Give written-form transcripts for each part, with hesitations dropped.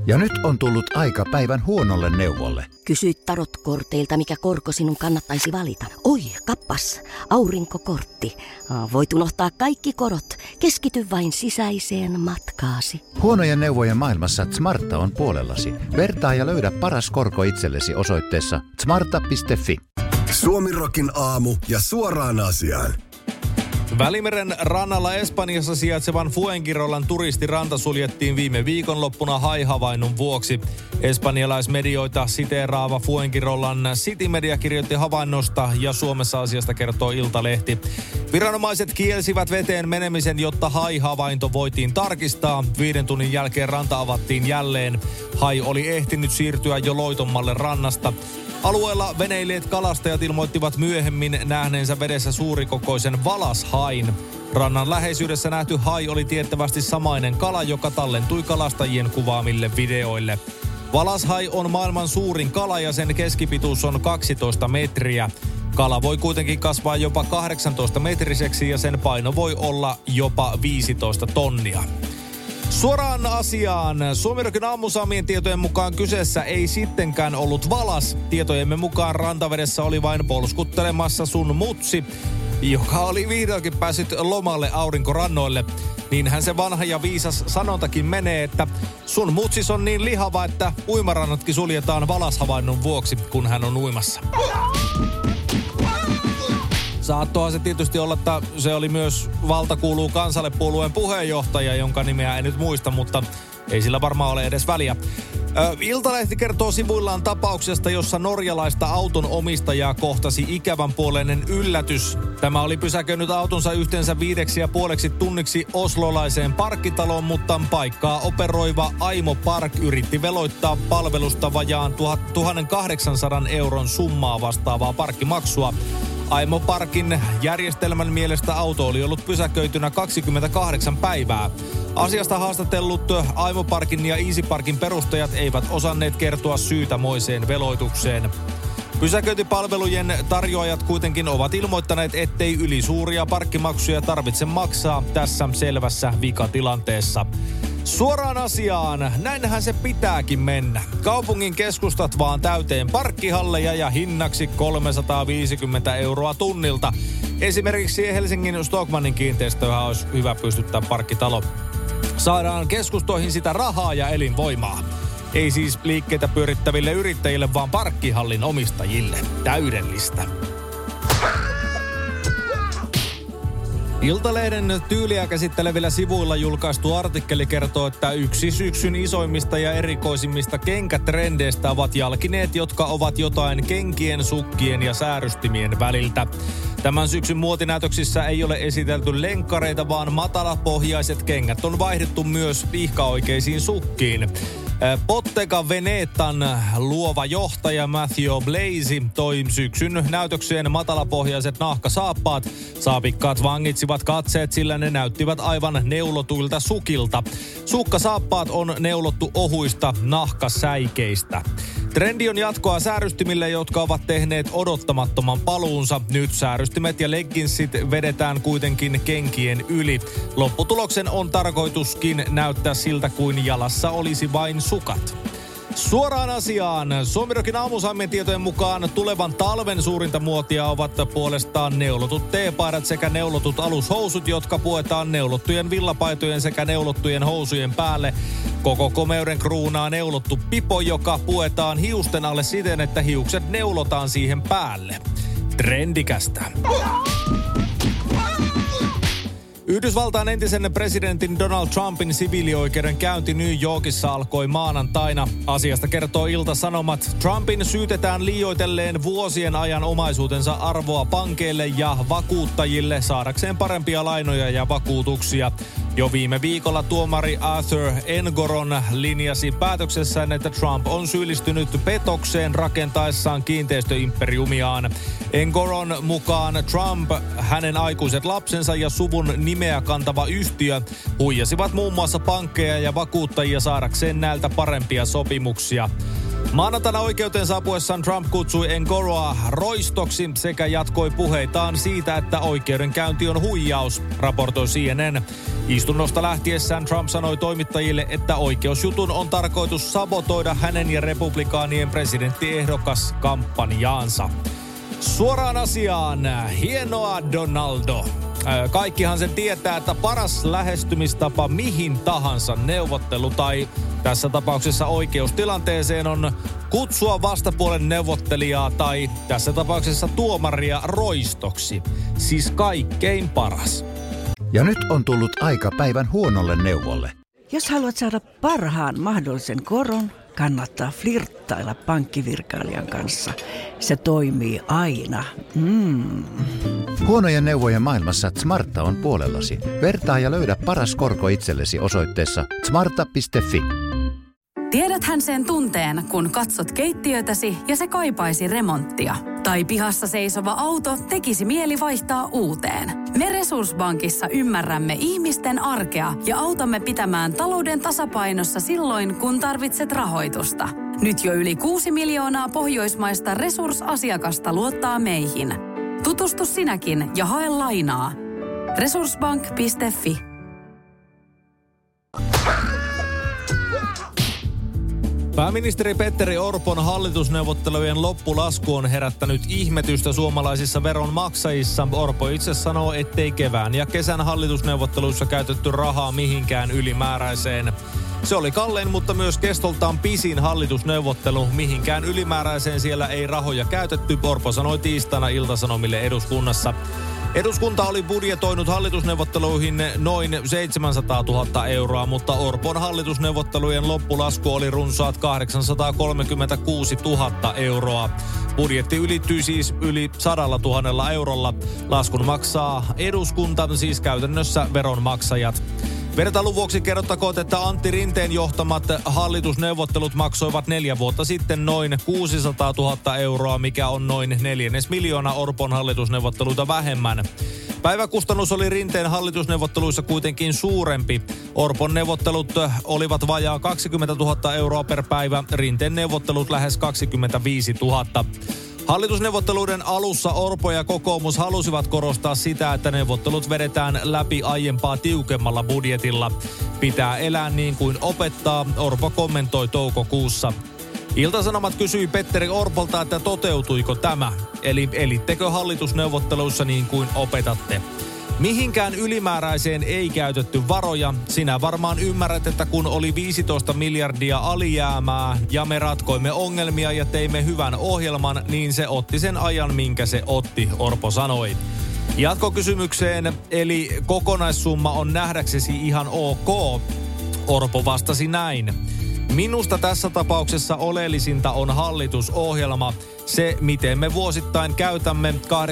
Ja nyt on tullut aika päivän huonolle neuvolle. Kysy tarotkorteilta, mikä korko sinun kannattaisi valita. Oi, kappas, aurinkokortti. Voit unohtaa kaikki korot. Keskity vain sisäiseen matkaasi. Huonojen neuvojen maailmassa Smarta on puolellasi. Vertaa ja löydä paras korko itsellesi osoitteessa smarta.fi. Suomirokin aamu ja suoraan asiaan. Välimeren rannalla Espanjassa sijaitsevan Fuengirolan turistiranta suljettiin viime viikonloppuna haihavainnon vuoksi. Espanjalaismedioita siteeraava Fuengirolan City Media kirjoitti havainnosta ja Suomessa asiasta kertoo Iltalehti. Viranomaiset kielsivät veteen menemisen, jotta haihavainto voitiin tarkistaa. 5 tunnin jälkeen ranta avattiin jälleen. Hai oli ehtinyt siirtyä jo loitommalle rannasta. Alueella veneilijät kalastajat ilmoittivat myöhemmin nähneensä vedessä suurikokoisen valashain. Rannan läheisyydessä nähty hai oli tiettävästi samainen kala, joka tallentui kalastajien kuvaamille videoille. Valashai on maailman suurin kala ja sen keskipituus on 12 metriä. Kala voi kuitenkin kasvaa jopa 18 metriseksi ja sen paino voi olla jopa 15 tonnia. Suoraan asiaan. Suomirokin aamusaamien tietojen mukaan kyseessä ei sittenkään ollut valas. Tietojemme mukaan rantavedessä oli vain polskuttelemassa sun mutsi, joka oli vihdoinkin päässyt lomalle aurinkorannoille. Niinhän se vanha ja viisas sanontakin menee, että sun mutsis on niin lihava, että uimarannatkin suljetaan valashavainnon vuoksi, kun hän on uimassa. Saattohan se tietysti olla, että se oli myös Valta kuuluu kansalle -puolueen puheenjohtaja, jonka nimeä en nyt muista, mutta ei sillä varmaan ole edes väliä. Iltalehti kertoo sivuillaan tapauksesta, jossa norjalaista auton omistajaa kohtasi ikävän puoleinen yllätys. Tämä oli pysäköinyt autonsa yhteensä 5,5 tunniksi oslolaiseen parkkitaloon, mutta paikkaa operoiva Aimo Park yritti veloittaa palvelusta vajaan 1800 euron summaa vastaavaa parkkimaksua. Aimo Parkin järjestelmän mielestä auto oli ollut pysäköitynä 28 päivää. Asiasta haastatellut Aimo Parkin ja Easy Parkin perustajat eivät osanneet kertoa syytä moiseen veloitukseen. Pysäköintipalvelujen tarjoajat kuitenkin ovat ilmoittaneet, ettei ylisuuria parkkimaksuja tarvitse maksaa tässä selvässä vikatilanteessa. Suoraan asiaan, näinhän se pitääkin mennä. Kaupungin keskustat vaan täyteen parkkihalleja ja hinnaksi 350 euroa tunnilta. Esimerkiksi Helsingin Stockmannin kiinteistöhän olisi hyvä pystyttää parkkitalo. Saadaan keskustoihin sitä rahaa ja elinvoimaa. Ei siis liikkeitä pyörittäville yrittäjille, vaan parkkihallin omistajille. Täydellistä. Iltalehden tyyliä käsittelevillä sivuilla julkaistu artikkeli kertoo, että yksi syksyn isoimmista ja erikoisimmista kenkätrendeistä ovat jalkineet, jotka ovat jotain kenkien, sukkien ja säärystimien väliltä. Tämän syksyn muotinäytöksissä ei ole esitelty lenkkareita, vaan matalapohjaiset kengät on vaihdettu myös pihkaoikeisiin sukkiin. Bottega Venetan luova johtaja Matthew Blazy toi syksyn näytökseen matalapohjaiset nahkasaappaat. Saapikkaat vangitsivat katseet, sillä ne näyttivät aivan neulotuilta sukilta. Sukkasaappaat on neulottu ohuista nahkasäikeistä. Trendi on jatkoa säärystimille, jotka ovat tehneet odottamattoman paluunsa. Nyt säärystimet ja legginsit vedetään kuitenkin kenkien yli. Lopputuloksen on tarkoituskin näyttää siltä, kuin jalassa olisi vain sukat. Suoraan asiaan. Suomirokin aamusaamien tietojen mukaan tulevan talven suurinta muotia ovat puolestaan neulotut teepaidat sekä neulotut alushousut, jotka puetaan neulottujen villapaitojen sekä neulottujen housujen päälle. Koko komeuden kruunaa neulottu pipo, joka puetaan hiusten alle siten, että hiukset neulotaan siihen päälle. Trendikästä. Yhdysvaltain entisen presidentin Donald Trumpin siviilioikeuden käynti New Yorkissa alkoi maanantaina. Asiasta kertoo Ilta-Sanomat. Trumpin syytetään liioitelleen vuosien ajan omaisuutensa arvoa pankeille ja vakuuttajille saadakseen parempia lainoja ja vakuutuksia. Jo viime viikolla tuomari Arthur Engoron linjasi päätöksessään, että Trump on syyllistynyt petokseen rakentaessaan kiinteistöimperiumiaan. Engoron mukaan Trump, hänen aikuiset lapsensa ja suvun nimeä kantava yhtiö huijasivat muun muassa pankkeja ja vakuuttajia saadakseen näiltä parempia sopimuksia. Maanantaina oikeuteen saapuessaan Trump kutsui Engoroa roistoksi sekä jatkoi puheitaan siitä, että oikeudenkäynti on huijaus, raportoi CNN. Istunnosta lähtiessään Trump sanoi toimittajille, että oikeusjutun on tarkoitus sabotoida hänen ja republikaanien presidenttiehdokas kampanjaansa. Suoraan asiaan, hienoa Donaldo. Kaikkihan sen tietää, että paras lähestymistapa mihin tahansa neuvottelu tai tässä tapauksessa oikeustilanteeseen on kutsua vastapuolen neuvottelijaa tai tässä tapauksessa tuomaria roistoksi. Siis kaikkein paras. Ja nyt on tullut aika päivän huonolle neuvolle. Jos haluat saada parhaan mahdollisen koron, kannattaa flirttailla pankkivirkailijan kanssa. Se toimii aina. Huonojen neuvojen maailmassa Smarta on puolellasi. Vertaa ja löydä paras korko itsellesi osoitteessa smarta.fi. Tiedäthän sen tunteen, kun katsot keittiötäsi ja se kaipaisi remonttia. Tai pihassa seisova auto tekisi mieli vaihtaa uuteen. Me Resurssbankissa ymmärrämme ihmisten arkea ja autamme pitämään talouden tasapainossa silloin, kun tarvitset rahoitusta. Nyt jo yli 6 miljoonaa pohjoismaista Resurss-asiakasta luottaa meihin. Tutustu sinäkin ja hae lainaa. Resurssbank.fi. Pääministeri Petteri Orpon hallitusneuvottelujen loppulasku on herättänyt ihmetystä suomalaisissa veronmaksajissa. Orpo itse sanoo, ettei kevään ja kesän hallitusneuvotteluissa käytetty rahaa mihinkään ylimääräiseen. Se oli kallein, mutta myös kestoltaan pisin hallitusneuvottelu. Mihinkään ylimääräiseen siellä ei rahoja käytetty, Orpo sanoi tiistaina Ilta-Sanomille eduskunnassa. Eduskunta oli budjetoinut hallitusneuvotteluihin noin 700 000 euroa, mutta Orpon hallitusneuvottelujen loppulasku oli runsaat 836 000 euroa. Budjetti ylittyy siis yli 100 000 eurolla. Laskun maksaa eduskunta, siis käytännössä veronmaksajat. Vertailun vuoksi kerrottakoon, että Antti Rinteen johtamat hallitusneuvottelut maksoivat 4 vuotta sitten noin 600 000 euroa, mikä on noin 400 000 Orpon hallitusneuvotteluita vähemmän. Päiväkustannus oli Rinteen hallitusneuvotteluissa kuitenkin suurempi. Orpon neuvottelut olivat vajaa 20 000 euroa per päivä, Rinteen neuvottelut lähes 25 000. Hallitusneuvotteluiden alussa Orpo ja kokoomus halusivat korostaa sitä, että neuvottelut vedetään läpi aiempaa tiukemmalla budjetilla. Pitää elää niin kuin opettaa, Orpo kommentoi toukokuussa. Ilta-Sanomat kysyi Petteri Orpolta, että toteutuiko tämä. Eli elittekö hallitusneuvotteluissa niin kuin opetatte? Mihinkään ylimääräiseen ei käytetty varoja. Sinä varmaan ymmärrät, että kun oli 15 miljardia alijäämää ja me ratkoimme ongelmia ja teimme hyvän ohjelman, niin se otti sen ajan, minkä se otti, Orpo sanoi. Jatkokysymykseen, eli kokonaissumma on nähdäksesi ihan ok. Orpo vastasi näin. Minusta tässä tapauksessa oleellisinta on hallitusohjelma. Se, miten me vuosittain käytämme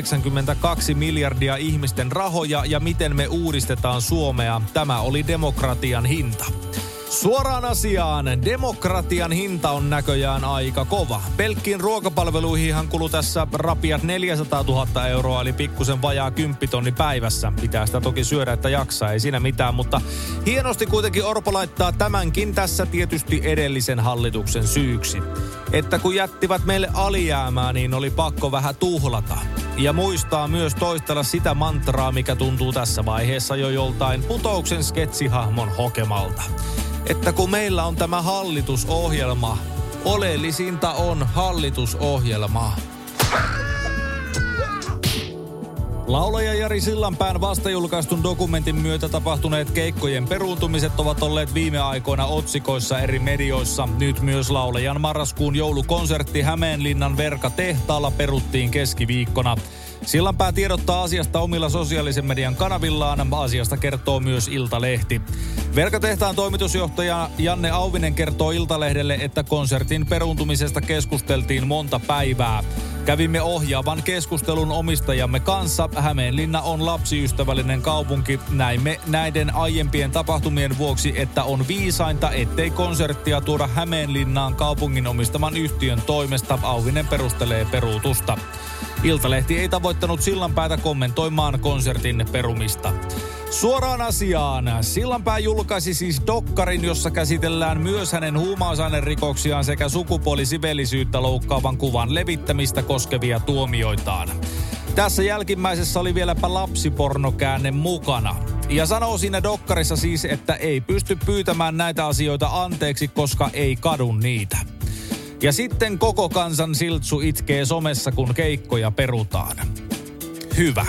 82 miljardia ihmisten rahoja ja miten me uudistetaan Suomea. Tämä oli demokratian hinta. Suoraan asiaan, demokratian hinta on näköjään aika kova. Pelkkiin ruokapalveluihinhan kului tässä rapiat 400 000 euroa, eli pikkusen vajaa 10 000 päivässä. Pitää sitä toki syödä, että jaksaa, ei siinä mitään, mutta hienosti kuitenkin Orpo laittaa tämänkin tässä tietysti edellisen hallituksen syyksi. Että kun jättivät meille alijäämää, niin oli pakko vähän tuhlata. Ja muistaa myös toistella sitä mantraa, mikä tuntuu tässä vaiheessa jo joltain Putouksen sketsihahmon hokemalta. Että kun meillä on tämä hallitusohjelma, oleellisinta on hallitusohjelma. Laulaja Jari Sillanpään vastajulkaistun dokumentin myötä tapahtuneet keikkojen peruuntumiset ovat olleet viime aikoina otsikoissa eri medioissa. Nyt myös laulajan marraskuun joulukonsertti Hämeenlinnan Verka-tehtaalla peruttiin keskiviikkona. Sillanpää tiedottaa asiasta omilla sosiaalisen median kanavillaan. Asiasta kertoo myös Iltalehti. Verka-tehtaan toimitusjohtaja Janne Auvinen kertoo Iltalehdelle, että konsertin peruuntumisesta keskusteltiin monta päivää. Kävimme ohjaavan keskustelun omistajamme kanssa. Hämeenlinna on lapsiystävällinen kaupunki. Näimme näiden aiempien tapahtumien vuoksi, että on viisainta, ettei konserttia tuoda Hämeenlinnaan kaupungin omistaman yhtiön toimesta. Auvinen perustelee peruutusta. Iltalehti ei tavoittanut Sillanpäätä kommentoimaan konsertin perumista. Suoraan asiaan. Sillanpää julkaisi siis dokkarin, jossa käsitellään myös hänen huumausainerikoksiaan sekä sukupuolisiveellisyyttä loukkaavan kuvan levittämistä koskevia tuomioitaan. Tässä jälkimmäisessä oli vieläpä lapsipornokäänne mukana. Ja sanoo siinä dokkarissa siis, että ei pysty pyytämään näitä asioita anteeksi, koska ei kadu niitä. Ja sitten koko kansan siltsu itkee somessa, kun keikkoja perutaan. Hyvä.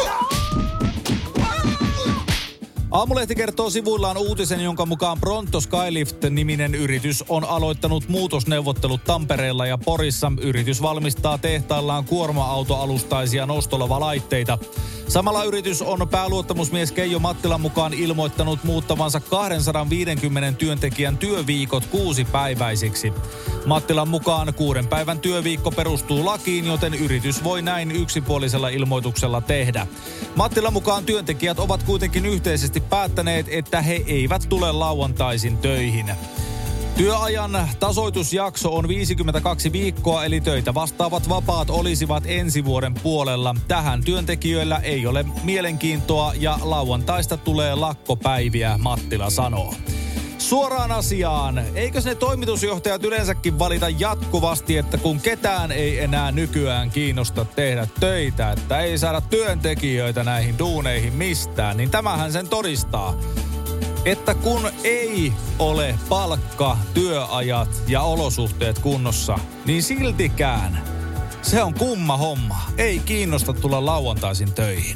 Aamulehti kertoo sivuillaan uutisen, jonka mukaan Pronto Skylift-niminen yritys on aloittanut muutosneuvottelut Tampereella ja Porissa. Yritys valmistaa tehtaillaan kuorma-autoalustaisia nostolavalaitteita. Samalla yritys on pääluottamusmies Keijo Mattilan mukaan ilmoittanut muuttavansa 250 työntekijän työviikot 6-päiväisiksi. Mattilan mukaan 6 päivän työviikko perustuu lakiin, joten yritys voi näin yksipuolisella ilmoituksella tehdä. Mattilan mukaan työntekijät ovat kuitenkin yhteisesti päättäneet, että he eivät tule lauantaisin töihin. Työajan tasoitusjakso on 52 viikkoa, eli töitä vastaavat vapaat olisivat ensi vuoden puolella. Tähän työntekijöillä ei ole mielenkiintoa ja lauantaista tulee lakkopäiviä, Mattila sanoo. Suoraan asiaan. Eikös ne toimitusjohtajat yleensäkin valita jatkuvasti, että kun ketään ei enää nykyään kiinnosta tehdä töitä, että ei saada työntekijöitä näihin duuneihin mistään, niin tämähän sen todistaa. Että kun ei ole palkka, työajat ja olosuhteet kunnossa, niin siltikään se on kumma homma. Ei kiinnosta tulla lauantaisin töihin.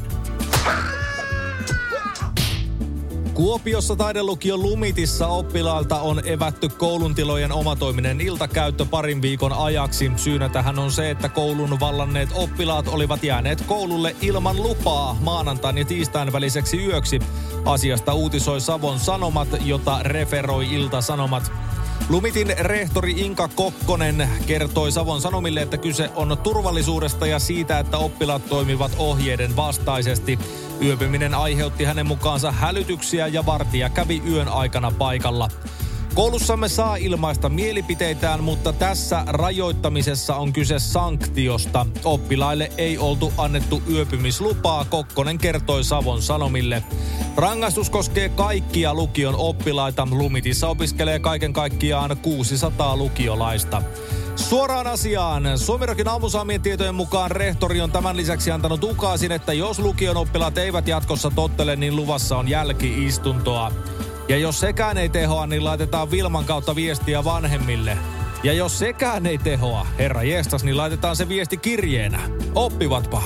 Kuopiossa taidelukion Lumitissa oppilailta on evätty koulun tilojen omatoiminen iltakäyttö parin viikon ajaksi. Syynä tähän on se, että koulun vallanneet oppilaat olivat jääneet koululle ilman lupaa maanantain ja tiistain väliseksi yöksi. Asiasta uutisoi Savon Sanomat, jota referoi Ilta-Sanomat. Lumitin rehtori Inka Kokkonen kertoi Savon Sanomille, että kyse on turvallisuudesta ja siitä, että oppilaat toimivat ohjeiden vastaisesti. Yöpyminen aiheutti hänen mukaansa hälytyksiä ja vartija kävi yön aikana paikalla. Koulussamme saa ilmaista mielipiteitään, mutta tässä rajoittamisessa on kyse sanktiosta. Oppilaille ei oltu annettu yöpymislupaa, Kokkonen kertoi Savon Sanomille. Rangaistus koskee kaikkia lukion oppilaita. Lumitissa opiskelee kaiken kaikkiaan 600 lukiolaista. Suoraan asiaan. Suomirokin aamusaamien tietojen mukaan rehtori on tämän lisäksi antanut ukaasin, että jos lukion oppilaat eivät jatkossa tottele, niin luvassa on jälki-istuntoa. Ja jos sekään ei tehoa, niin laitetaan Vilman kautta viestiä vanhemmille. Ja jos sekään ei tehoa, herra jestas, niin laitetaan se viesti kirjeenä. Oppivatpa.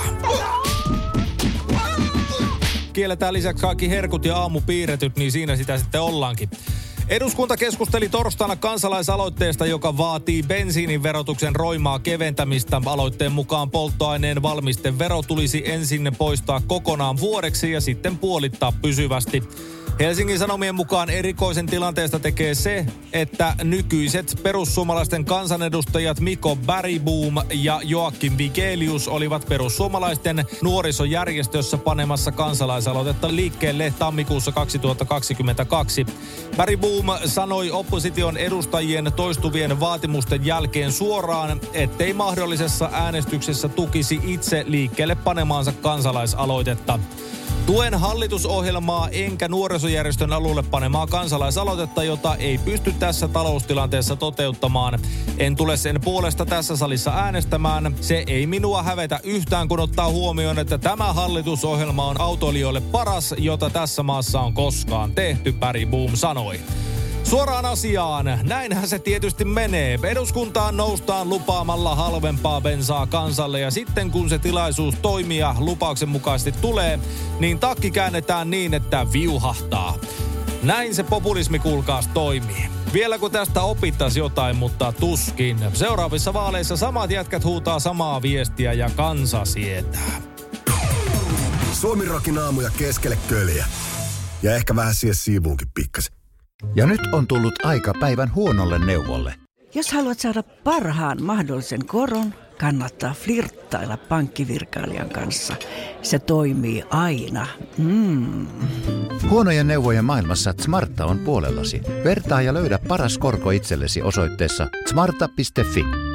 Kielletään lisäksi kaikki herkut ja aamupiirretyt, niin siinä sitä sitten ollaankin. Eduskunta keskusteli torstaina kansalaisaloitteesta, joka vaatii bensiinin verotuksen roimaa keventämistä. Aloitteen mukaan polttoaineen valmistevero tulisi ensin poistaa kokonaan vuodeksi ja sitten puolittaa pysyvästi. Helsingin Sanomien mukaan erikoisen tilanteesta tekee se, että nykyiset perussuomalaisten kansanedustajat Mikko Bergboom ja Joakim Vigelius olivat perussuomalaisten nuorisojärjestössä panemassa kansalaisaloitetta liikkeelle tammikuussa 2022. Bergboom sanoi opposition edustajien toistuvien vaatimusten jälkeen suoraan, ettei mahdollisessa äänestyksessä tukisi itse liikkeelle panemaansa kansalaisaloitetta. Tuen hallitusohjelmaa enkä nuorisojärjestön alulle panemaa kansalaisaloitetta, jota ei pysty tässä taloustilanteessa toteuttamaan. En tule sen puolesta tässä salissa äänestämään. Se ei minua hävetä yhtään, kun ottaa huomioon, että tämä hallitusohjelma on autoilijoille paras, jota tässä maassa on koskaan tehty, Bergboom sanoi. Suoraan asiaan, näinhän se tietysti menee. Eduskuntaan noustaan lupaamalla halvempaa bensaa kansalle ja sitten kun se tilaisuus toimia lupauksen mukaisesti tulee, niin takki käännetään niin, että viuhahtaa. Näin se populismi kuulkaas toimii. Vielä kun tästä opittaisi jotain, mutta tuskin. Seuraavissa vaaleissa samat jätkät huutaa samaa viestiä ja kansa sietää. Suomirokin aamuja keskelle köljä. Ja ehkä vähän siihen siivuunkin pikkasen. Ja nyt on tullut aika päivän huonolle neuvolle. Jos haluat saada parhaan mahdollisen koron, kannattaa flirttailla pankkivirkailijan kanssa. Se toimii aina. Huonojen neuvojen maailmassa Smarta on puolellasi. Vertaa ja löydä paras korko itsellesi osoitteessa smarta.fi.